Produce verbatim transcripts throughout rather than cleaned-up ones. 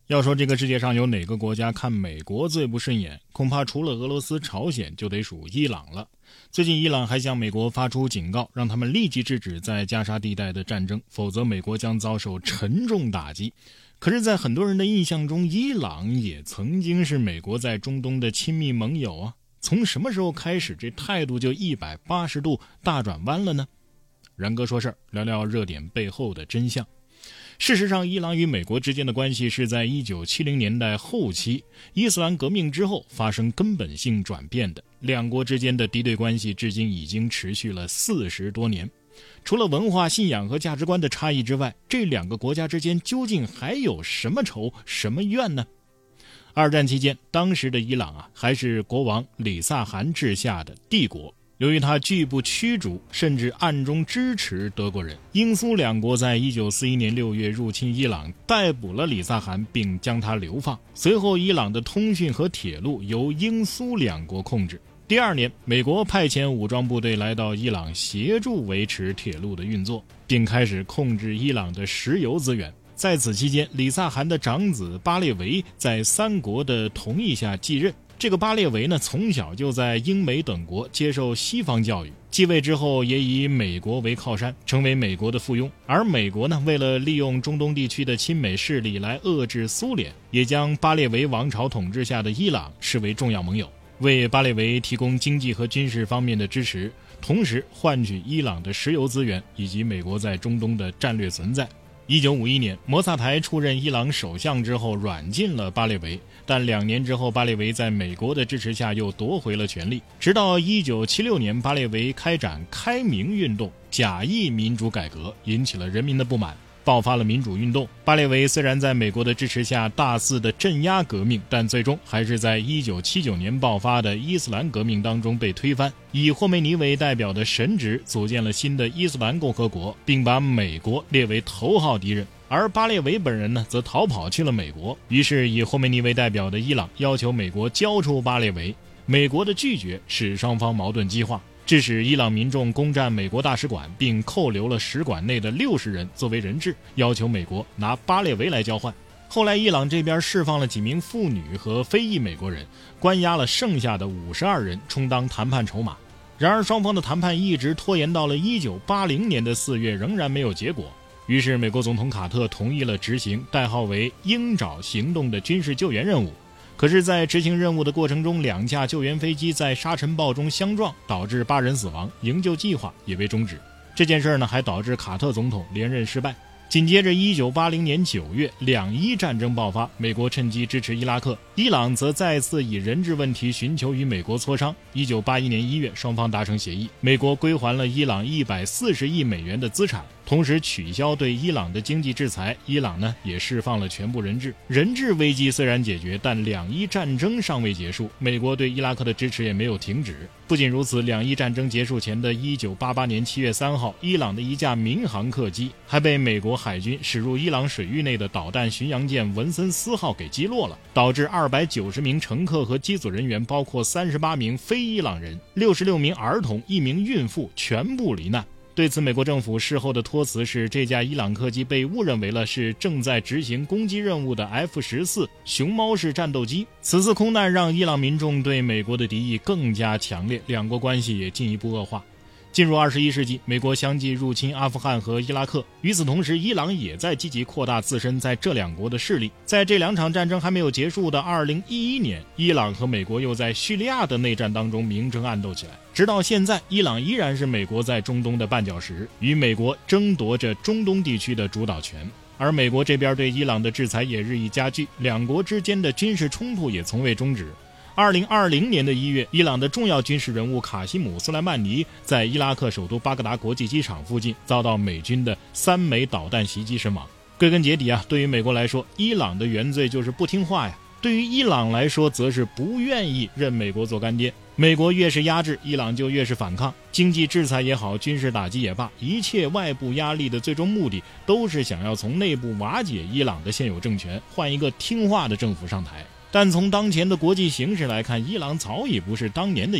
要说这个世界上有哪个国家看美国最不顺眼，恐怕除了俄罗斯、朝鲜就得数伊朗了。最近伊朗还向美国发出警告，让他们立即制止在加沙地带的战争，否则美国将遭受沉重打击。可是在很多人的印象中，伊朗也曾经是美国在中东的亲密盟友啊，从什么时候开始这态度就一百八十度大转弯了呢？然哥说事儿，聊聊热点背后的真相。事实上，伊朗与美国之间的关系是在一九七零年代后期伊斯兰革命之后发生根本性转变的。两国之间的敌对关系至今已经持续了四十多年。除了文化、信仰和价值观的差异之外，这两个国家之间究竟还有什么仇、什么怨呢？二战期间，当时的伊朗啊，还是国王李萨汗治下的帝国。由于他拒不驱逐，甚至暗中支持德国人，英苏两国在一九四一年六月入侵伊朗，逮捕了李萨汗并将他流放。随后伊朗的通讯和铁路由英苏两国控制。第二年，美国派遣武装部队来到伊朗，协助维持铁路的运作，并开始控制伊朗的石油资源。在此期间，李萨汗的长子巴列维在三国的同意下继任。这个巴列维呢，从小就在英美等国接受西方教育，继位之后也以美国为靠山，成为美国的附庸。而美国呢，为了利用中东地区的亲美势力来遏制苏联，也将巴列维王朝统治下的伊朗视为重要盟友，为巴列维提供经济和军事方面的支持，同时换取伊朗的石油资源以及美国在中东的战略存在。一九五一年，摩萨台出任伊朗首相之后软禁了巴列维，但两年之后，巴列维在美国的支持下又夺回了权力。直到一九七六年，巴列维开展开明运动，假意民主改革，引起了人民的不满，爆发了民主运动。巴列维虽然在美国的支持下大肆的镇压革命，但最终还是在一九七九年爆发的伊斯兰革命当中被推翻，以霍梅尼为代表的神职组建了新的伊斯兰共和国，并把美国列为头号敌人。而巴列维本人呢，则逃跑去了美国。于是以霍梅尼为代表的伊朗要求美国交出巴列维，美国的拒绝使双方矛盾激化，致使伊朗民众攻占美国大使馆，并扣留了使馆内的六十人作为人质，要求美国拿巴列维来交换。后来伊朗这边释放了几名妇女和非裔美国人，关押了剩下的五十二人充当谈判筹码。然而双方的谈判一直拖延到了一九八零年的四月，仍然没有结果。于是美国总统卡特同意了执行代号为鹰爪行动的军事救援任务。可是在执行任务的过程中，两架救援飞机在沙尘暴中相撞，导致八人死亡，营救计划也被终止。这件事呢，还导致卡特总统连任失败。紧接着一九八零年九月，两伊战争爆发，美国趁机支持伊拉克，伊朗则再次以人质问题寻求与美国磋商。一九八一年一月，双方达成协议，美国归还了伊朗一百四十亿美元的资产，同时取消对伊朗的经济制裁。伊朗呢，也释放了全部人质。人质危机虽然解决，但两伊战争尚未结束，美国对伊拉克的支持也没有停止。不仅如此，两伊战争结束前的一九八八年七月三号，伊朗的一架民航客机还被美国海军驶入伊朗水域内的导弹巡洋舰文森斯号给击落了，导致二百九十名乘客和机组人员，包括三十八名非伊朗人、六十六名儿童、一名孕妇全部罹难。对此，美国政府事后的托词是，这架伊朗客机被误认为了是正在执行攻击任务的 F 十四 熊猫式战斗机。此次空难让伊朗民众对美国的敌意更加强烈，两国关系也进一步恶化。进入二十一世纪，美国相继入侵阿富汗和伊拉克，与此同时，伊朗也在积极扩大自身在这两国的势力。在这两场战争还没有结束的二零一一年，伊朗和美国又在叙利亚的内战当中明争暗斗起来。直到现在，伊朗依然是美国在中东的绊脚石，与美国争夺着中东地区的主导权。而美国这边对伊朗的制裁也日益加剧，两国之间的军事冲突也从未终止。二零二零年的一月，伊朗的重要军事人物卡西姆·苏莱曼尼在伊拉克首都巴格达国际机场附近遭到美军的三枚导弹袭击身亡。归根结底啊，对于美国来说，伊朗的原罪就是不听话呀；对于伊朗来说，则是不愿意认美国做干爹。美国越是压制，伊朗就越是反抗。经济制裁也好，军事打击也罢，一切外部压力的最终目的，都是想要从内部瓦解伊朗的现有政权，换一个听话的政府上台。但从当前的国际形势来看，伊朗早已不是当年的伊朗，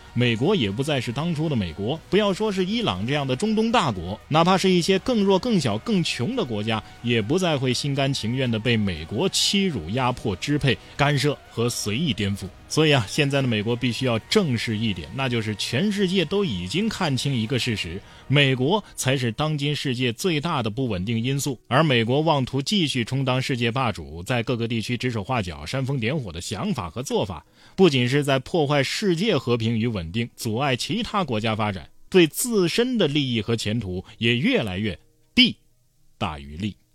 美国也不再是当初的美国，不要说是伊朗这样的中东大国，哪怕是一些更弱更小更穷的国家，也不再会心甘情愿地被美国欺辱压迫支配干涉和随意颠覆。所以啊，现在的美国必须要正视一点，那就是全世界都已经看清一个事实，美国才是当今世界最大的不稳定因素，而美国妄图继续充当世界霸主，在各个地区指手画脚煽风点火的想法和做法，不仅是在破坏世界和平与稳定，阻碍其他国家发展，对自身的利益和前途也越来越弊大于利。